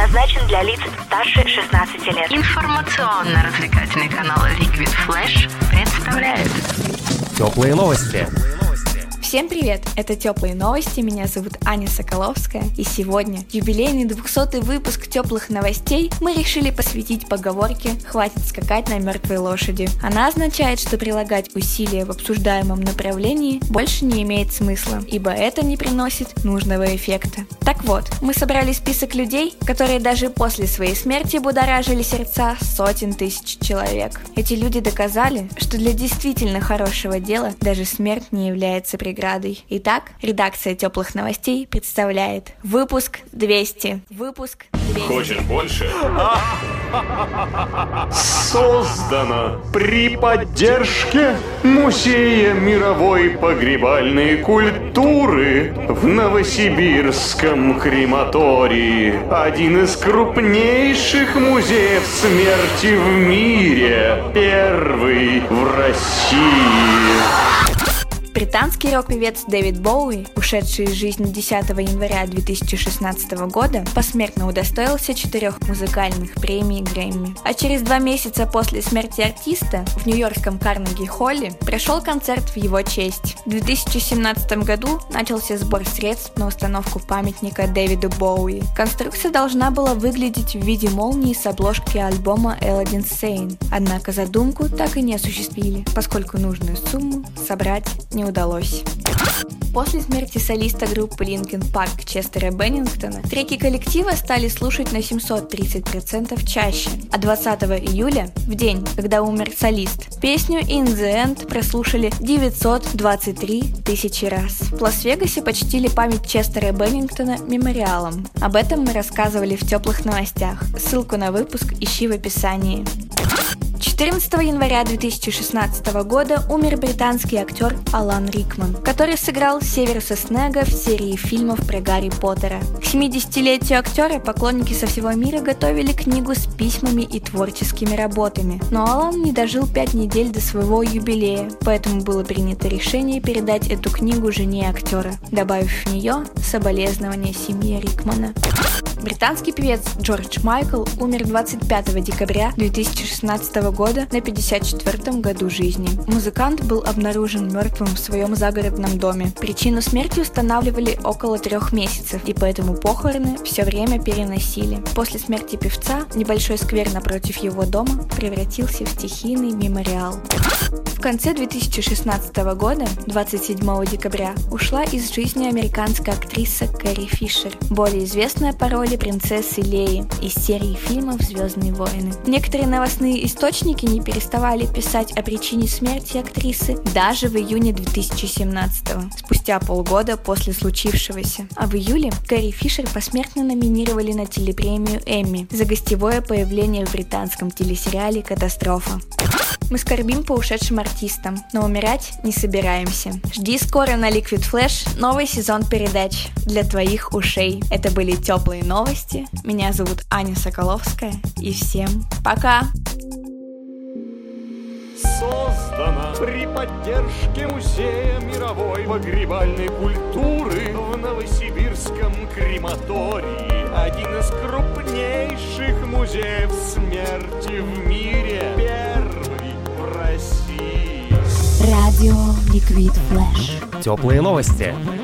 предназначен для лиц старше 16 лет. Информационно-развлекательный канал Liquid Flash представляет Теплые новости. Всем привет! Это Теплые новости, меня зовут Аня Соколовская, и сегодня, юбилейный 200-й выпуск Теплых новостей, мы решили посвятить поговорке «Хватит скакать на мертвой лошади». Она означает, что прилагать усилия в обсуждаемом направлении больше не имеет смысла, ибо это не приносит нужного эффекта. Так вот, мы собрали список людей, которые даже после своей смерти будоражили сердца сотен тысяч человек. Эти люди доказали, что для действительно хорошего дела даже смерть не является преградой. Итак, редакция Теплых новостей представляет выпуск 200. Хочешь больше? Создано при поддержке Музея мировой погребальной культуры в Новосибирском крематории. Один из крупнейших музеев смерти в мире. Первый в России. Британский рок-певец Дэвид Боуи, ушедший из жизни 10 января 2016 года, посмертно удостоился 4 музыкальных премий Грэмми. А через 2 месяца после смерти артиста в нью-йоркском Карнеги-холле прошел концерт в его честь. В 2017 году начался сбор средств на установку памятника Дэвиду Боуи. Конструкция должна была выглядеть в виде молнии с обложки альбома Aladdin Sane, однако задумку так и не осуществили, поскольку нужную сумму собрать не удалось. После смерти солиста группы Linkin Park Честера Беннингтона треки коллектива стали слушать на 730% чаще, а 20 июля, в день, когда умер солист, песню In the End прослушали 923 тысячи раз. В Лас-Вегасе почтили память Честера Беннингтона мемориалом. Об этом мы рассказывали в Теплых новостях. Ссылку на выпуск ищи в описании. 14 января 2016 года умер британский актер Алан Рикман, который сыграл Северуса Снега в серии фильмов про Гарри Поттера. К 70-летию актера поклонники со всего мира готовили книгу с письмами и творческими работами, но Алан не дожил 5 недель до своего юбилея, поэтому было принято решение передать эту книгу жене актера, добавив в нее соболезнования семье Рикмана. Британский певец Джордж Майкл умер 25 декабря 2016 года на 54-м году жизни. Музыкант был обнаружен мертвым в своем загородном доме. Причину смерти устанавливали около 3 месяцев, и поэтому похороны все время переносили. После смерти певца небольшой сквер напротив его дома превратился в стихийный мемориал. В конце 2016 года, 27 декабря, ушла из жизни американская актриса Кэрри Фишер, более известная по роли принцессы Леи из серии фильмов «Звездные войны». Некоторые новостные источники не переставали писать о причине смерти актрисы даже в июне 2017-го, спустя полгода после случившегося. А в июле Кэрри Фишер посмертно номинировали на телепремию Эмми за гостевое появление в британском телесериале «Катастрофа». Мы скорбим по ушедшим артистам, но умирать не собираемся. Жди скоро на Liquid Flash новый сезон передач для твоих ушей. Это были Теплые новости. Меня зовут Аня Соколовская. И всем пока! Создано при поддержке Музея мировой погребальной культуры в Новосибирском крематории. Один из крупнейших музеев смерти в мире. Первый в России. Радио Liquid Flash. Теплые новости.